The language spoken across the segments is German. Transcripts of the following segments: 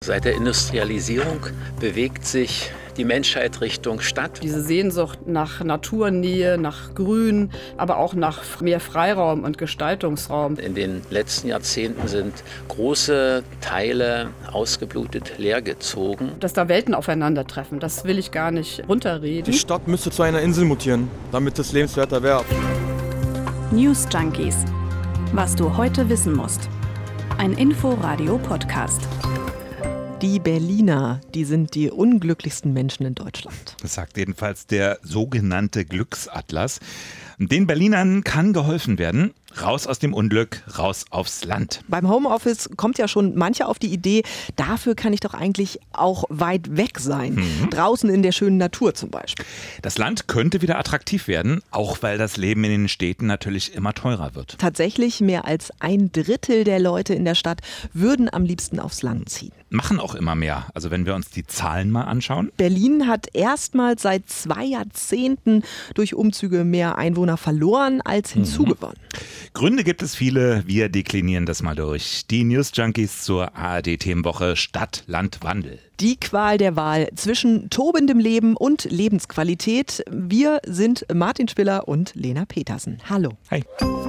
Seit der Industrialisierung bewegt sich die Menschheit Richtung Stadt. Diese Sehnsucht nach Naturnähe, nach Grün, aber auch nach mehr Freiraum und Gestaltungsraum. In den letzten Jahrzehnten sind große Teile ausgeblutet leergezogen. Dass da Welten aufeinandertreffen, das will ich gar nicht runterreden. Die Stadt müsste zu einer Insel mutieren, damit es lebenswerter wäre. News Junkies. Was du heute wissen musst. Ein Info-Radio-Podcast. Die Berliner, die sind die unglücklichsten Menschen in Deutschland. Das sagt jedenfalls der sogenannte Glücksatlas. Den Berlinern kann geholfen werden. Raus aus dem Unglück, raus aufs Land. Beim Homeoffice kommt ja schon mancher auf die Idee, dafür kann ich doch eigentlich auch weit weg sein. Draußen in der schönen Natur zum Beispiel. Das Land könnte wieder attraktiv werden, auch weil das Leben in den Städten natürlich immer teurer wird. Tatsächlich mehr als 1/3 der Leute in der Stadt würden am liebsten aufs Land ziehen. Machen auch immer mehr. Also wenn wir uns die Zahlen mal anschauen. Berlin hat erstmals seit 2 Jahrzehnten durch Umzüge mehr Einwohner verloren als hinzugewonnen. Gründe gibt es viele, wir deklinieren das mal durch. Die News Junkies zur ARD-Themenwoche Stadt, Land, Wandel. Die Qual der Wahl zwischen tobendem Leben und Lebensqualität. Wir sind Martin Spiller und Lena Petersen. Hallo. Hi.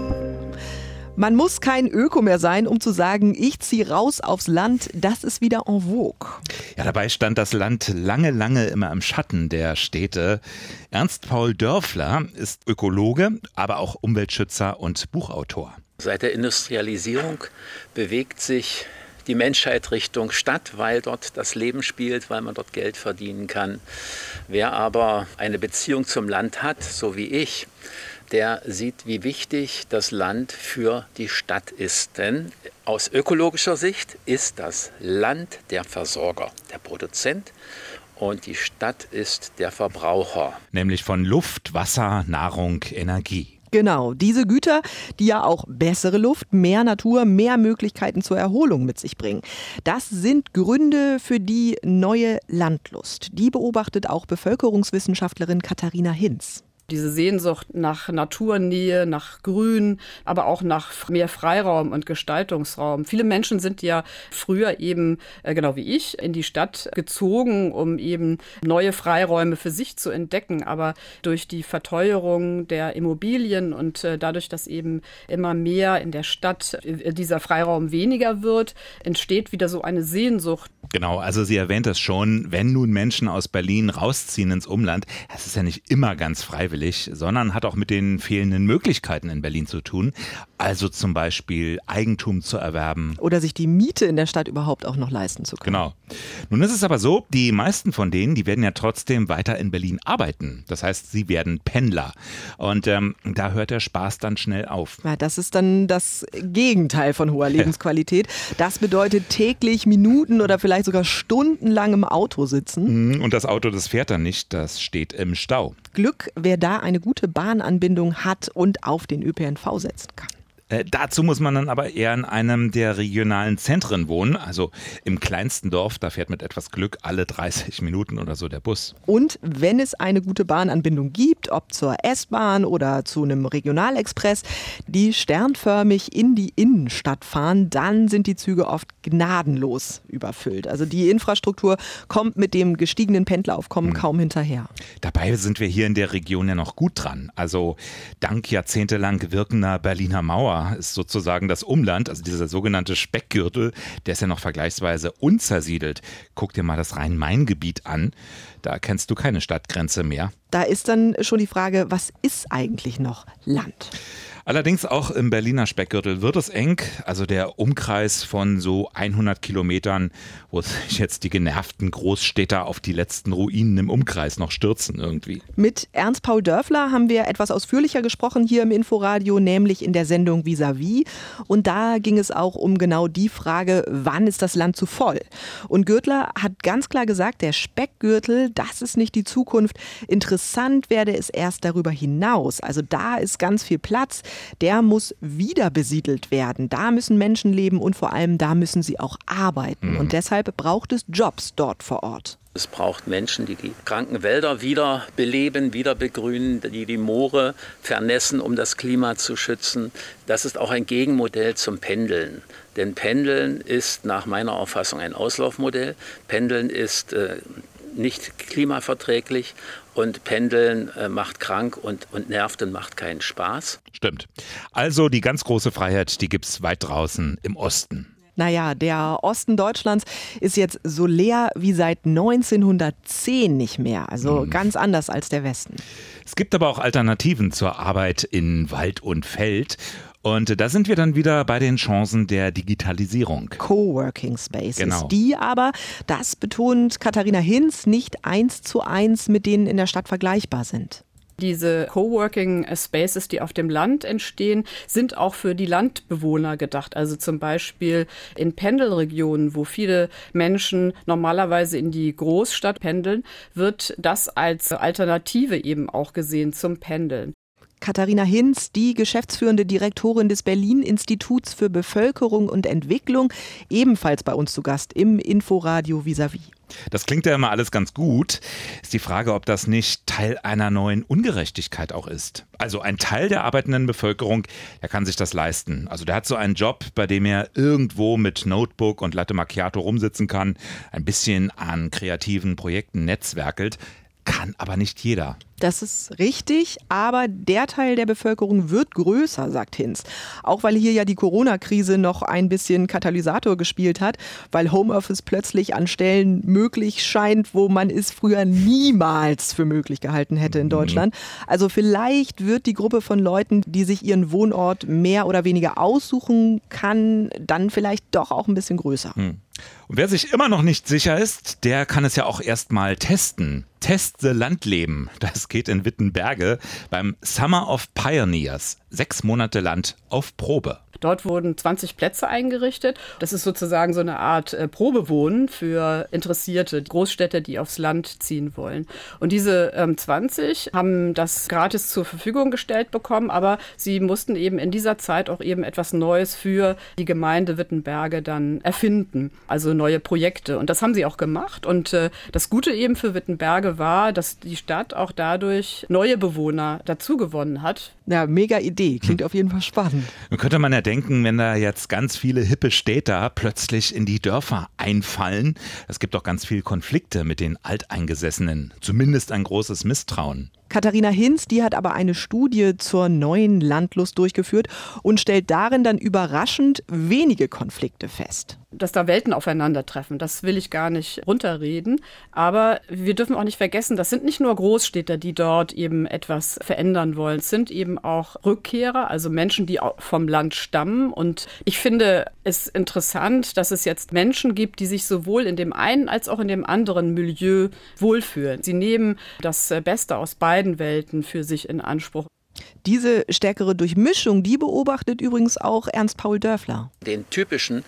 Man muss kein Öko mehr sein, um zu sagen, ich ziehe raus aufs Land, das ist wieder en vogue. Ja, dabei stand das Land lange, lange immer im Schatten der Städte. Ernst Paul Dörfler ist Ökologe, aber auch Umweltschützer und Buchautor. Seit der Industrialisierung bewegt sich die Menschheit Richtung Stadt, weil dort das Leben spielt, weil man dort Geld verdienen kann. Wer aber eine Beziehung zum Land hat, so wie ich, der sieht, wie wichtig das Land für die Stadt ist. Denn aus ökologischer Sicht ist das Land der Versorger, der Produzent und die Stadt ist der Verbraucher. Nämlich von Luft, Wasser, Nahrung, Energie. Genau, diese Güter, die ja auch bessere Luft, mehr Natur, mehr Möglichkeiten zur Erholung mit sich bringen. Das sind Gründe für die neue Landlust. Die beobachtet auch Bevölkerungswissenschaftlerin Katharina Hinz. Diese Sehnsucht nach Naturnähe, nach Grün, aber auch nach mehr Freiraum und Gestaltungsraum. Viele Menschen sind ja früher eben, genau wie ich, in die Stadt gezogen, um eben neue Freiräume für sich zu entdecken. Aber durch die Verteuerung der Immobilien und dadurch, dass eben immer mehr in der Stadt dieser Freiraum weniger wird, entsteht wieder so eine Sehnsucht. Genau, also sie erwähnt es schon, wenn nun Menschen aus Berlin rausziehen ins Umland, das ist ja nicht immer ganz freiwillig, sondern hat auch mit den fehlenden Möglichkeiten in Berlin zu tun. Also zum Beispiel Eigentum zu erwerben. Oder sich die Miete in der Stadt überhaupt auch noch leisten zu können. Genau. Nun ist es aber so, die meisten von denen, die werden ja trotzdem weiter in Berlin arbeiten. Das heißt, sie werden Pendler. Und da hört der Spaß dann schnell auf. Ja, das ist dann das Gegenteil von hoher Lebensqualität. Das bedeutet täglich Minuten oder vielleicht sogar stundenlang im Auto sitzen. Und das Auto, das fährt dann nicht, das steht im Stau. Glück, wer da eine gute Bahnanbindung hat und auf den ÖPNV setzen kann. Dazu muss man dann aber eher in einem der regionalen Zentren wohnen, also im kleinsten Dorf, da fährt mit etwas Glück alle 30 Minuten oder so der Bus. Und wenn es eine gute Bahnanbindung gibt, ob zur S-Bahn oder zu einem Regionalexpress, die sternförmig in die Innenstadt fahren, dann sind die Züge oft gnadenlos überfüllt. Also die Infrastruktur kommt mit dem gestiegenen Pendleraufkommen kaum hinterher. Dabei sind wir hier in der Region ja noch gut dran. Also dank jahrzehntelang wirkender Berliner Mauer ist sozusagen das Umland, also dieser sogenannte Speckgürtel, der ist ja noch vergleichsweise unzersiedelt. Guck dir mal das Rhein-Main-Gebiet an, da kennst du keine Stadtgrenze mehr. Da ist dann schon die Frage, was ist eigentlich noch Land? Allerdings auch im Berliner Speckgürtel wird es eng, also der Umkreis von so 100 Kilometern, wo sich jetzt die genervten Großstädter auf die letzten Ruinen im Umkreis noch stürzen irgendwie. Mit Ernst Paul Dörfler haben wir etwas ausführlicher gesprochen hier im Inforadio, nämlich in der Sendung Vis-à-vis. Und da ging es auch um genau die Frage, wann ist das Land zu voll? Und Gürtler hat ganz klar gesagt, der Speckgürtel, das ist nicht die Zukunft. Interessant werde es erst darüber hinaus. Also da ist ganz viel Platz. Der muss wieder besiedelt werden. Da müssen Menschen leben und vor allem da müssen sie auch arbeiten. Und deshalb braucht es Jobs dort vor Ort. Es braucht Menschen, die die kranken Wälder wieder beleben, wieder begrünen, die Moore vernässen, um das Klima zu schützen. Das ist auch ein Gegenmodell zum Pendeln. Denn Pendeln ist nach meiner Auffassung ein Auslaufmodell. Pendeln ist nicht klimaverträglich und Pendeln macht krank und nervt und macht keinen Spaß. Stimmt. Also die ganz große Freiheit, die gibt's weit draußen im Osten. Naja, der Osten Deutschlands ist jetzt so leer wie seit 1910 nicht mehr. Also ganz anders als der Westen. Es gibt aber auch Alternativen zur Arbeit in Wald und Feld. Und da sind wir dann wieder bei den Chancen der Digitalisierung. Coworking Spaces, genau. Die aber, das betont Katharina Hinz, nicht 1:1 mit denen in der Stadt vergleichbar sind. Diese Coworking Spaces, die auf dem Land entstehen, sind auch für die Landbewohner gedacht. Also zum Beispiel in Pendelregionen, wo viele Menschen normalerweise in die Großstadt pendeln, wird das als Alternative eben auch gesehen zum Pendeln. Katharina Hinz, die geschäftsführende Direktorin des Berlin-Instituts für Bevölkerung und Entwicklung, ebenfalls bei uns zu Gast im Inforadio vis-à-vis. Das klingt ja immer alles ganz gut. Ist die Frage, ob das nicht Teil einer neuen Ungerechtigkeit auch ist. Also ein Teil der arbeitenden Bevölkerung, der kann sich das leisten. Also der hat so einen Job, bei dem er irgendwo mit Notebook und Latte Macchiato rumsitzen kann, ein bisschen an kreativen Projekten netzwerkelt. Kann aber nicht jeder. Das ist richtig, aber der Teil der Bevölkerung wird größer, sagt Hinz. Auch weil hier ja die Corona-Krise noch ein bisschen Katalysator gespielt hat, weil Homeoffice plötzlich an Stellen möglich scheint, wo man es früher niemals für möglich gehalten hätte in Deutschland. Also vielleicht wird die Gruppe von Leuten, die sich ihren Wohnort mehr oder weniger aussuchen kann, dann vielleicht doch auch ein bisschen größer. Und wer sich immer noch nicht sicher ist, der kann es ja auch erst mal testen. Test the Landleben. Das geht in Wittenberge beim Summer of Pioneers. 6 Monate Land auf Probe. Dort wurden 20 Plätze eingerichtet. Das ist sozusagen so eine Art Probewohnen für Interessierte, Großstädter, die aufs Land ziehen wollen. Und diese 20 haben das gratis zur Verfügung gestellt bekommen, aber sie mussten eben in dieser Zeit auch eben etwas Neues für die Gemeinde Wittenberge dann erfinden, also neue Projekte. Und das haben sie auch gemacht. Und das Gute eben für Wittenberge war, dass die Stadt auch dadurch neue Bewohner dazu gewonnen hat. Ja, mega Idee. Klingt auf jeden Fall spannend. Nun könnte man ja denken, wenn da jetzt ganz viele hippe Städter plötzlich in die Dörfer einfallen, es gibt doch ganz viele Konflikte mit den Alteingesessenen, zumindest ein großes Misstrauen. Katharina Hinz, die hat aber eine Studie zur neuen Landlust durchgeführt und stellt darin dann überraschend wenige Konflikte fest. Dass da Welten aufeinandertreffen, das will ich gar nicht runterreden. Aber wir dürfen auch nicht vergessen, das sind nicht nur Großstädter, die dort eben etwas verändern wollen. Es sind eben auch Rückkehrer, also Menschen, die vom Land stammen. Und ich finde es interessant, dass es jetzt Menschen gibt, die sich sowohl in dem einen als auch in dem anderen Milieu wohlfühlen. Sie nehmen das Beste aus beiden Welten für sich in Anspruch. Diese stärkere Durchmischung, die beobachtet übrigens auch Ernst Paul Dörfler. Den typischen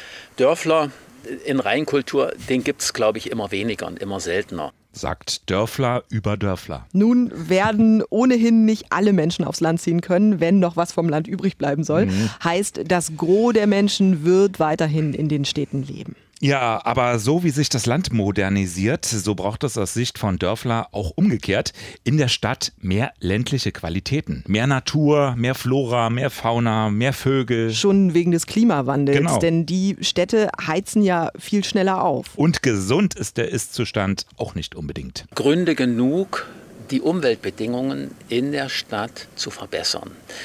Dörfler in Reinkultur, den gibt es, glaube ich, immer weniger und immer seltener. Sagt Dörfler über Dörfler. Nun werden ohnehin nicht alle Menschen aufs Land ziehen können, wenn noch was vom Land übrig bleiben soll. Heißt, das Gros der Menschen wird weiterhin in den Städten leben. Ja, aber so wie sich das Land modernisiert, so braucht es aus Sicht von Dörfler auch umgekehrt in der Stadt mehr ländliche Qualitäten. Mehr Natur, mehr Flora, mehr Fauna, mehr Vögel. Schon wegen des Klimawandels, Genau. Denn die Städte heizen ja viel schneller auf. Und gesund ist der Ist-Zustand auch nicht unbedingt. Gründe genug, die Umweltbedingungen in der Stadt zu verbessern.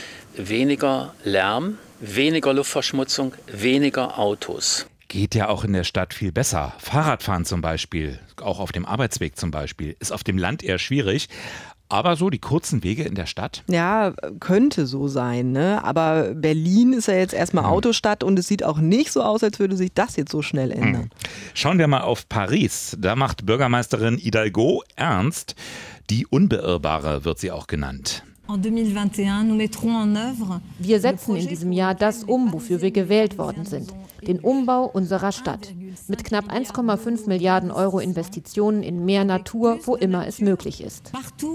Weniger Lärm, weniger Luftverschmutzung, weniger Autos. Geht ja auch in der Stadt viel besser. Fahrradfahren zum Beispiel, auch auf dem Arbeitsweg zum Beispiel, ist auf dem Land eher schwierig. Aber so die kurzen Wege in der Stadt? Ja, könnte so sein, ne? Aber Berlin ist ja jetzt erstmal Autostadt und es sieht auch nicht so aus, als würde sich das jetzt so schnell ändern. Schauen wir mal auf Paris. Da macht Bürgermeisterin Hidalgo ernst. Die Unbeirrbare wird sie auch genannt. Wir setzen in diesem Jahr das um, wofür wir gewählt worden sind. Den Umbau unserer Stadt. Mit knapp 1,5 Milliarden Euro Investitionen in mehr Natur, wo immer es möglich ist.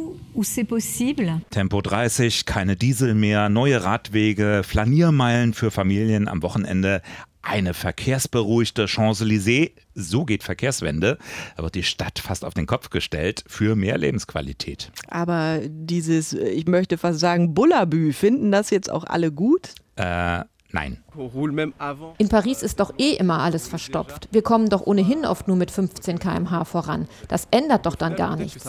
Tempo 30, keine Diesel mehr, neue Radwege, Flaniermeilen für Familien am Wochenende. Eine verkehrsberuhigte Champs-Élysées, so geht Verkehrswende. Da wird die Stadt fast auf den Kopf gestellt für mehr Lebensqualität. Aber dieses, ich möchte fast sagen, Bullabü, finden das jetzt auch alle gut? Nein. In Paris ist doch immer alles verstopft. Wir kommen doch ohnehin oft nur mit 15 km/h voran. Das ändert doch dann gar nichts.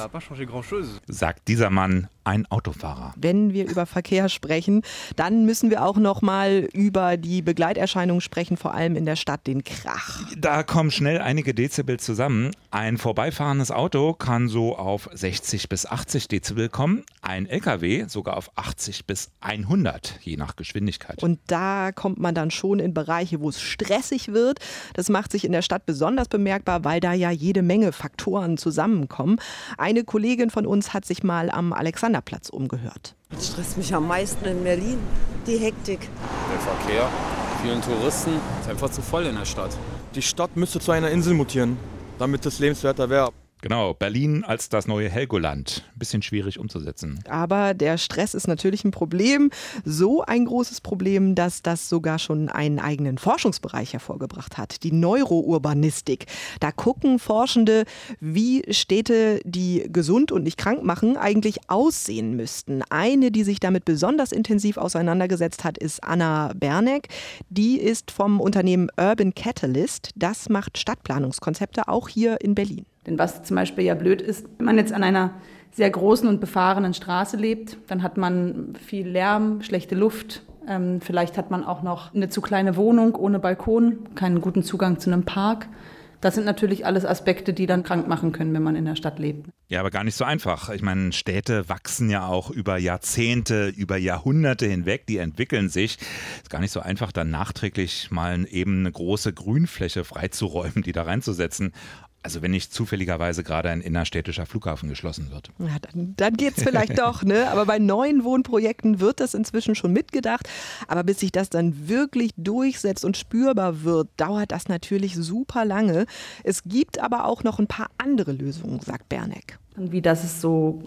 Sagt dieser Mann, ein Autofahrer. Wenn wir über Verkehr sprechen, dann müssen wir auch noch mal über die Begleiterscheinungen sprechen, vor allem in der Stadt, den Krach. Da kommen schnell einige Dezibel zusammen. Ein vorbeifahrendes Auto kann so auf 60 bis 80 Dezibel kommen, ein LKW sogar auf 80 bis 100, je nach Geschwindigkeit. Und da kommt man dann schon in Bereiche, wo es stressig wird. Das macht sich in der Stadt besonders bemerkbar, weil da ja jede Menge Faktoren zusammenkommen. Eine Kollegin von uns hat sich mal am Alexanderplatz umgehört. Das stresst mich am meisten in Berlin, die Hektik. Der Verkehr, vielen Touristen, ist einfach zu voll in der Stadt. Die Stadt müsste zu einer Insel mutieren, damit es lebenswerter wäre. Genau, Berlin als das neue Helgoland. Ein bisschen schwierig umzusetzen. Aber der Stress ist natürlich ein Problem. So ein großes Problem, dass das sogar schon einen eigenen Forschungsbereich hervorgebracht hat. Die Neurourbanistik. Da gucken Forschende, wie Städte, die gesund und nicht krank machen, eigentlich aussehen müssten. Eine, die sich damit besonders intensiv auseinandergesetzt hat, ist Anna Berneck. Die ist vom Unternehmen Urban Catalyst. Das macht Stadtplanungskonzepte auch hier in Berlin. Denn was zum Beispiel ja blöd ist, wenn man jetzt an einer sehr großen und befahrenen Straße lebt, dann hat man viel Lärm, schlechte Luft. Vielleicht hat man auch noch eine zu kleine Wohnung ohne Balkon, keinen guten Zugang zu einem Park. Das sind natürlich alles Aspekte, die dann krank machen können, wenn man in der Stadt lebt. Ja, aber gar nicht so einfach. Ich meine, Städte wachsen ja auch über Jahrzehnte, über Jahrhunderte hinweg. Die entwickeln sich. Ist gar nicht so einfach, dann nachträglich mal eben eine große Grünfläche freizuräumen, die da reinzusetzen. Also wenn nicht zufälligerweise gerade ein innerstädtischer Flughafen geschlossen wird. Ja, dann geht's vielleicht doch, ne? Aber bei neuen Wohnprojekten wird das inzwischen schon mitgedacht. Aber bis sich das dann wirklich durchsetzt und spürbar wird, dauert das natürlich super lange. Es gibt aber auch noch ein paar andere Lösungen, sagt Berneck. Wie dass es so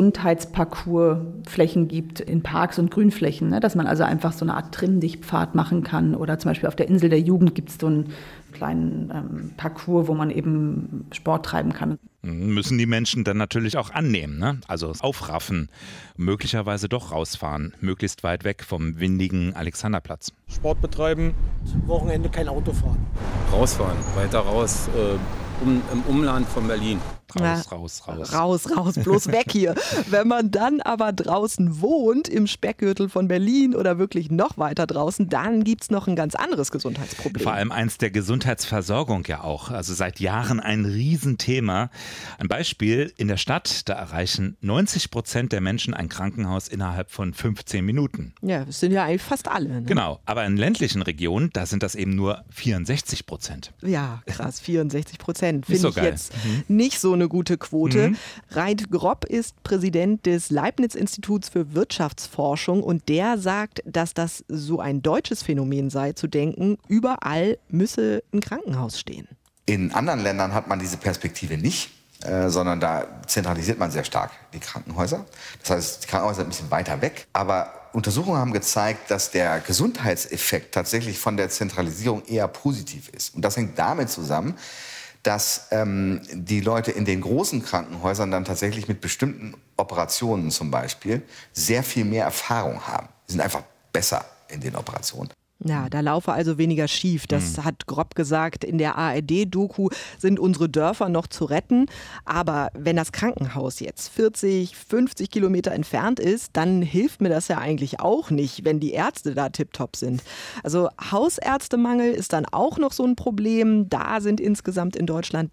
Gesundheitsparcoursflächen gibt in Parks und Grünflächen, ne? Dass man also einfach so eine Art Trimmdichtpfad machen kann. Oder zum Beispiel auf der Insel der Jugend gibt es so einen kleinen Parcours, wo man eben Sport treiben kann. Müssen die Menschen dann natürlich auch annehmen, ne? Also aufraffen, möglicherweise doch rausfahren, möglichst weit weg vom windigen Alexanderplatz. Sport betreiben. Zum Wochenende kein Auto fahren. Rausfahren, weiter raus, im Umland von Berlin. Raus. Raus, bloß weg hier. Wenn man dann aber draußen wohnt, im Speckgürtel von Berlin oder wirklich noch weiter draußen, dann gibt es noch ein ganz anderes Gesundheitsproblem. Vor allem eins der Gesundheitsversorgung ja auch. Also seit Jahren ein Riesenthema. Ein Beispiel in der Stadt, da erreichen 90% der Menschen ein Krankenhaus innerhalb von 15 Minuten. Ja, das sind ja eigentlich fast alle. Ne? Genau, aber in ländlichen Regionen, da sind das eben nur 64%. Ja, krass, 64%. Finde so ich geil. Jetzt nicht so eine gute Quote. Reit Gropp ist Präsident des Leibniz-Instituts für Wirtschaftsforschung und der sagt, dass das so ein deutsches Phänomen sei, zu denken, überall müsse ein Krankenhaus stehen. In anderen Ländern hat man diese Perspektive nicht, sondern da zentralisiert man sehr stark die Krankenhäuser. Das heißt, die Krankenhäuser sind ein bisschen weiter weg, aber Untersuchungen haben gezeigt, dass der Gesundheitseffekt tatsächlich von der Zentralisierung eher positiv ist. Und das hängt damit zusammen, dass die Leute in den großen Krankenhäusern dann tatsächlich mit bestimmten Operationen zum Beispiel sehr viel mehr Erfahrung haben. Sie sind einfach besser in den Operationen. Ja, da laufe also weniger schief. Das hat Gropp gesagt. In der ARD-Doku sind unsere Dörfer noch zu retten. Aber wenn das Krankenhaus jetzt 40, 50 Kilometer entfernt ist, dann hilft mir das ja eigentlich auch nicht, wenn die Ärzte da tipptopp sind. Also Hausärztemangel ist dann auch noch so ein Problem. Da sind insgesamt in Deutschland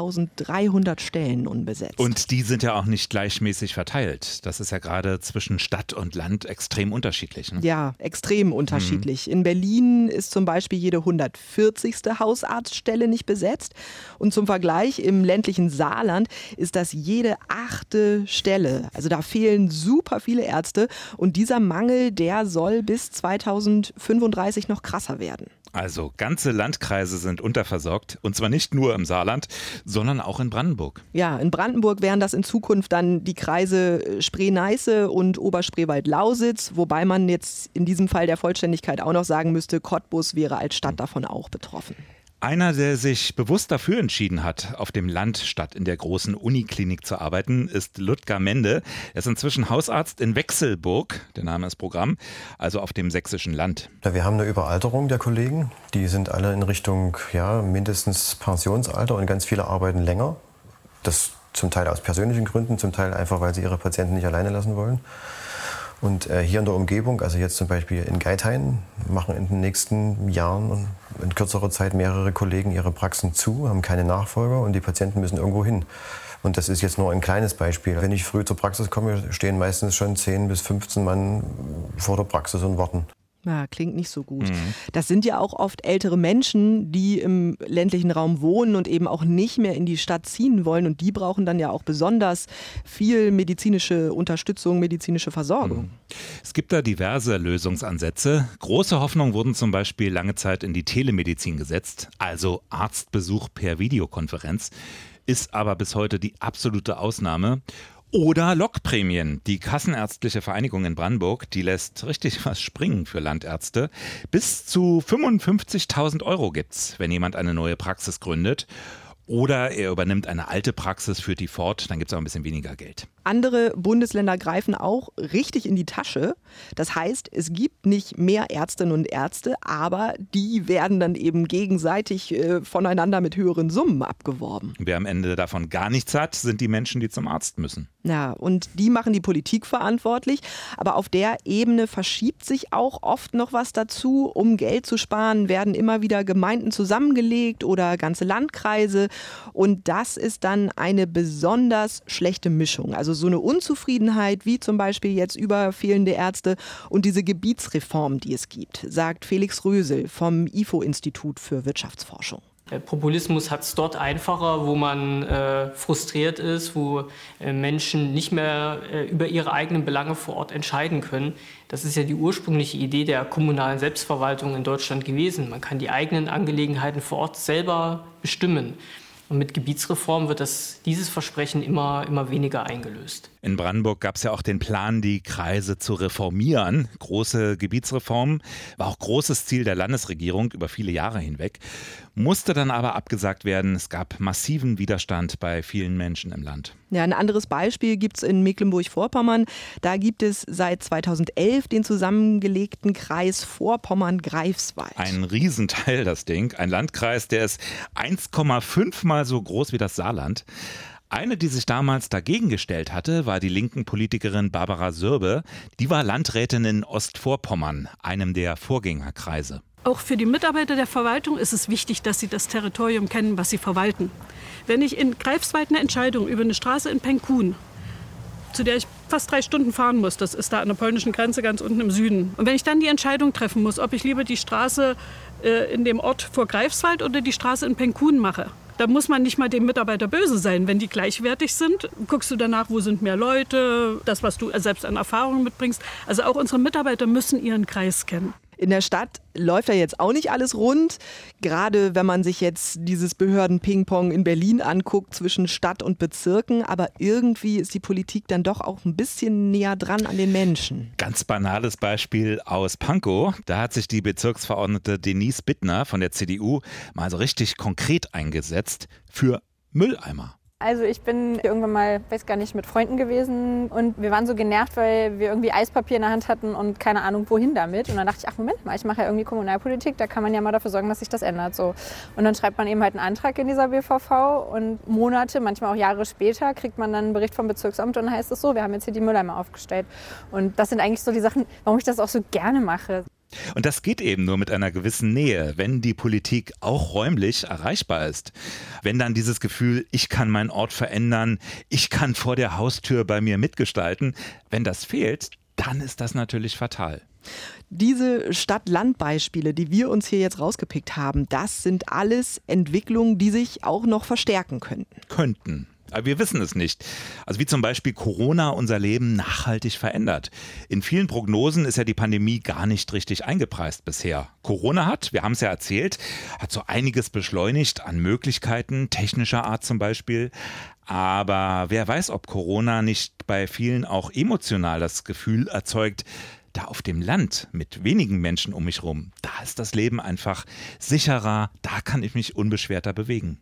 3300 Stellen unbesetzt. Und die sind ja auch nicht gleichmäßig verteilt. Das ist ja gerade zwischen Stadt und Land extrem unterschiedlich. Ne? Ja, extrem unterschiedlich. In Berlin ist zum Beispiel jede 140. Hausarztstelle nicht besetzt. Und zum Vergleich, im ländlichen Saarland ist das jede 8. Stelle. Also da fehlen super viele Ärzte. Und dieser Mangel, der soll bis 2035 noch krasser werden. Also ganze Landkreise sind unterversorgt und zwar nicht nur im Saarland, sondern auch in Brandenburg. Ja, in Brandenburg wären das in Zukunft dann die Kreise Spree-Neiße und Oberspreewald-Lausitz, wobei man jetzt in diesem Fall der Vollständigkeit auch noch sagen müsste, Cottbus wäre als Stadt davon auch betroffen. Einer, der sich bewusst dafür entschieden hat, auf dem Land statt in der großen Uniklinik zu arbeiten, ist Ludger Mende. Er ist inzwischen Hausarzt in Wechselburg, der Name ist Programm, also auf dem sächsischen Land. Ja, wir haben eine Überalterung der Kollegen. Die sind alle in Richtung mindestens Pensionsalter und ganz viele arbeiten länger. Das zum Teil aus persönlichen Gründen, zum Teil einfach, weil sie ihre Patienten nicht alleine lassen wollen. Und hier in der Umgebung, also jetzt zum Beispiel in Geithain, machen in den nächsten Jahren in kürzerer Zeit mehrere Kollegen ihre Praxen zu, haben keine Nachfolger und die Patienten müssen irgendwo hin. Und das ist jetzt nur ein kleines Beispiel. Wenn ich früh zur Praxis komme, stehen meistens schon 10 bis 15 Mann vor der Praxis und warten. Ja, klingt nicht so gut. Das sind ja auch oft ältere Menschen, die im ländlichen Raum wohnen und eben auch nicht mehr in die Stadt ziehen wollen. Und die brauchen dann ja auch besonders viel medizinische Unterstützung, medizinische Versorgung. Es gibt da diverse Lösungsansätze. Große Hoffnungen wurden zum Beispiel lange Zeit in die Telemedizin gesetzt, also Arztbesuch per Videokonferenz, ist aber bis heute die absolute Ausnahme. Oder Lokprämien. Die Kassenärztliche Vereinigung in Brandenburg, die lässt richtig was springen für Landärzte. Bis zu 55.000 € gibt's, wenn jemand eine neue Praxis gründet. Oder er übernimmt eine alte Praxis, führt die fort, dann gibt es auch ein bisschen weniger Geld. Andere Bundesländer greifen auch richtig in die Tasche. Das heißt, es gibt nicht mehr Ärztinnen und Ärzte, aber die werden dann eben gegenseitig voneinander mit höheren Summen abgeworben. Wer am Ende davon gar nichts hat, sind die Menschen, die zum Arzt müssen. Ja, und die machen die Politik verantwortlich. Aber auf der Ebene verschiebt sich auch oft noch was dazu. Um Geld zu sparen, werden immer wieder Gemeinden zusammengelegt oder ganze Landkreise. Und das ist dann eine besonders schlechte Mischung. Also so eine Unzufriedenheit wie zum Beispiel jetzt über fehlende Ärzte und diese Gebietsreform, die es gibt, sagt Felix Rösel vom IFO-Institut für Wirtschaftsforschung. Populismus hat es dort einfacher, wo man frustriert ist, wo Menschen nicht mehr über ihre eigenen Belange vor Ort entscheiden können. Das ist ja die ursprüngliche Idee der kommunalen Selbstverwaltung in Deutschland gewesen. Man kann die eigenen Angelegenheiten vor Ort selber bestimmen. Und mit Gebietsreform wird dieses Versprechen immer weniger eingelöst. In Brandenburg gab es ja auch den Plan, die Kreise zu reformieren. Große Gebietsreform war auch großes Ziel der Landesregierung über viele Jahre hinweg. Musste dann aber abgesagt werden. Es gab massiven Widerstand bei vielen Menschen im Land. Ja, ein anderes Beispiel gibt es in Mecklenburg-Vorpommern. Da gibt es seit 2011 den zusammengelegten Kreis Vorpommern-Greifswald. Ein Riesenteil, das Ding. Ein Landkreis, der ist 1,5 Mal so groß wie das Saarland. Eine, die sich damals dagegen gestellt hatte, war die linken Politikerin Barbara Sürbe. Die war Landrätin in Ostvorpommern, einem der Vorgängerkreise. Auch für die Mitarbeiter der Verwaltung ist es wichtig, dass sie das Territorium kennen, was sie verwalten. Wenn ich in Greifswald eine Entscheidung über eine Straße in Penkun, zu der ich fast 3 Stunden fahren muss, das ist da an der polnischen Grenze ganz unten im Süden. Und wenn ich dann die Entscheidung treffen muss, ob ich lieber die Straße in dem Ort vor Greifswald oder die Straße in Penkun mache, da muss man nicht mal dem Mitarbeiter böse sein. Wenn die gleichwertig sind, guckst du danach, wo sind mehr Leute, das, was du selbst an Erfahrungen mitbringst. Also auch unsere Mitarbeiter müssen ihren Kreis kennen. In der Stadt läuft ja jetzt auch nicht alles rund. Gerade wenn man sich jetzt dieses Behörden-Ping-Pong in Berlin anguckt zwischen Stadt und Bezirken. Aber irgendwie ist die Politik dann doch auch ein bisschen näher dran an den Menschen. Ganz banales Beispiel aus Pankow. Da hat sich die Bezirksverordnete Denise Bittner von der CDU mal so richtig konkret eingesetzt für Mülleimer. Also ich bin irgendwann mal, weiß gar nicht, mit Freunden gewesen und wir waren so genervt, weil wir irgendwie Eispapier in der Hand hatten und keine Ahnung wohin damit. Und dann dachte ich, ach Moment mal, ich mache ja irgendwie Kommunalpolitik, da kann man ja mal dafür sorgen, dass sich das ändert. So. Und dann schreibt man eben halt einen Antrag in dieser BVV und Monate, manchmal auch Jahre später kriegt man dann einen Bericht vom Bezirksamt und dann heißt es so, wir haben jetzt hier die Mülleimer aufgestellt. Und das sind eigentlich so die Sachen, warum ich das auch so gerne mache. Und das geht eben nur mit einer gewissen Nähe, wenn die Politik auch räumlich erreichbar ist. Wenn dann dieses Gefühl, ich kann meinen Ort verändern, ich kann vor der Haustür bei mir mitgestalten, wenn das fehlt, dann ist das natürlich fatal. Diese Stadt-Land-Beispiele, die wir uns hier jetzt rausgepickt haben, das sind alles Entwicklungen, die sich auch noch verstärken könnten. Aber wir wissen es nicht. Also wie zum Beispiel Corona unser Leben nachhaltig verändert. In vielen Prognosen ist ja die Pandemie gar nicht richtig eingepreist bisher. Corona hat, wir haben es ja erzählt, hat so einiges beschleunigt an Möglichkeiten, technischer Art zum Beispiel. Aber wer weiß, ob Corona nicht bei vielen auch emotional das Gefühl erzeugt, da auf dem Land mit wenigen Menschen um mich rum, da ist das Leben einfach sicherer, da kann ich mich unbeschwerter bewegen.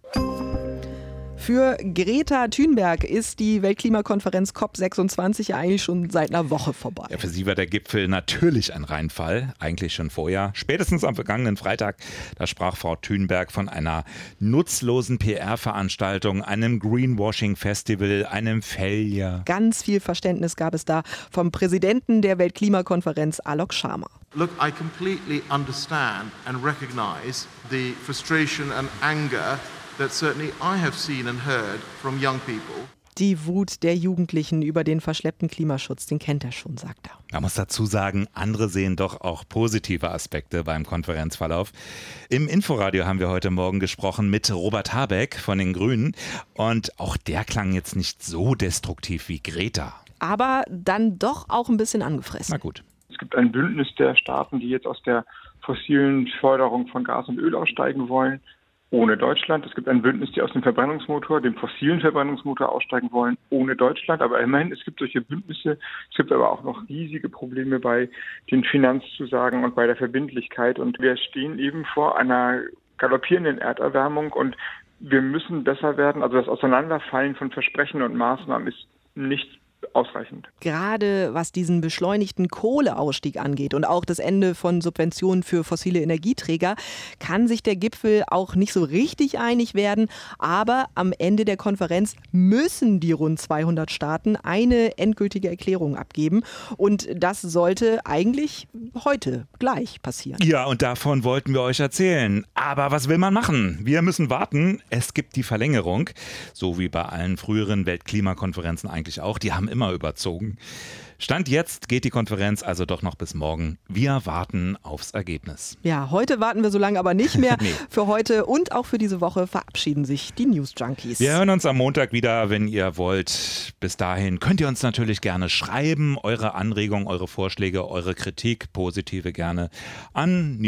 Für Greta Thunberg ist die Weltklimakonferenz COP26 ja eigentlich schon seit einer Woche vorbei. Ja, für sie war der Gipfel natürlich ein Reinfall, eigentlich schon vorher. Spätestens am vergangenen Freitag, da sprach Frau Thunberg von einer nutzlosen PR-Veranstaltung, einem Greenwashing-Festival, einem Failure. Ganz viel Verständnis gab es da vom Präsidenten der Weltklimakonferenz, Alok Sharma. Look, I completely understand and recognize the frustration and anger that certainly I have seen and heard from young people. Die Wut der Jugendlichen über den verschleppten Klimaschutz, den kennt er schon, sagt er. Man muss dazu sagen, andere sehen doch auch positive Aspekte beim Konferenzverlauf. Im Inforadio haben wir heute Morgen gesprochen mit Robert Habeck von den Grünen und auch der klang jetzt nicht so destruktiv wie Greta. Aber dann doch auch ein bisschen angefressen. Na gut. Es gibt ein Bündnis der Staaten, die jetzt aus der fossilen Förderung von Gas und Öl aussteigen wollen, ohne Deutschland. Es gibt ein Bündnis, die aus dem Verbrennungsmotor, dem fossilen Verbrennungsmotor aussteigen wollen, ohne Deutschland. Aber immerhin, es gibt solche Bündnisse. Es gibt aber auch noch riesige Probleme bei den Finanzzusagen und bei der Verbindlichkeit. Und wir stehen eben vor einer galoppierenden Erderwärmung und wir müssen besser werden. Also das Auseinanderfallen von Versprechen und Maßnahmen ist nicht ausreichend. Gerade was diesen beschleunigten Kohleausstieg angeht und auch das Ende von Subventionen für fossile Energieträger, kann sich der Gipfel auch nicht so richtig einig werden. Aber am Ende der Konferenz müssen die rund 200 Staaten eine endgültige Erklärung abgeben. Und das sollte eigentlich heute gleich passieren. Ja, und davon wollten wir euch erzählen. Aber was will man machen? Wir müssen warten. Es gibt die Verlängerung, so wie bei allen früheren Weltklimakonferenzen eigentlich auch. Die haben immer überzogen. Stand jetzt geht die Konferenz also doch noch bis morgen. Wir warten aufs Ergebnis. Ja, heute warten wir so lange aber nicht mehr. Nee. Für heute und auch für diese Woche verabschieden sich die News Junkies. Wir hören uns am Montag wieder, wenn ihr wollt. Bis dahin könnt ihr uns natürlich gerne schreiben. Eure Anregungen, eure Vorschläge, eure Kritik, positive gerne an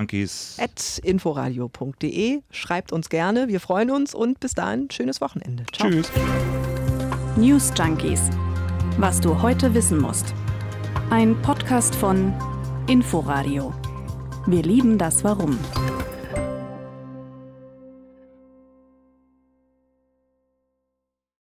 newsjunkies@inforadio.de. Schreibt uns gerne. Wir freuen uns und bis dahin schönes Wochenende. Ciao. Tschüss. News Junkies. Was du heute wissen musst. Ein Podcast von Inforadio. Wir lieben das Warum.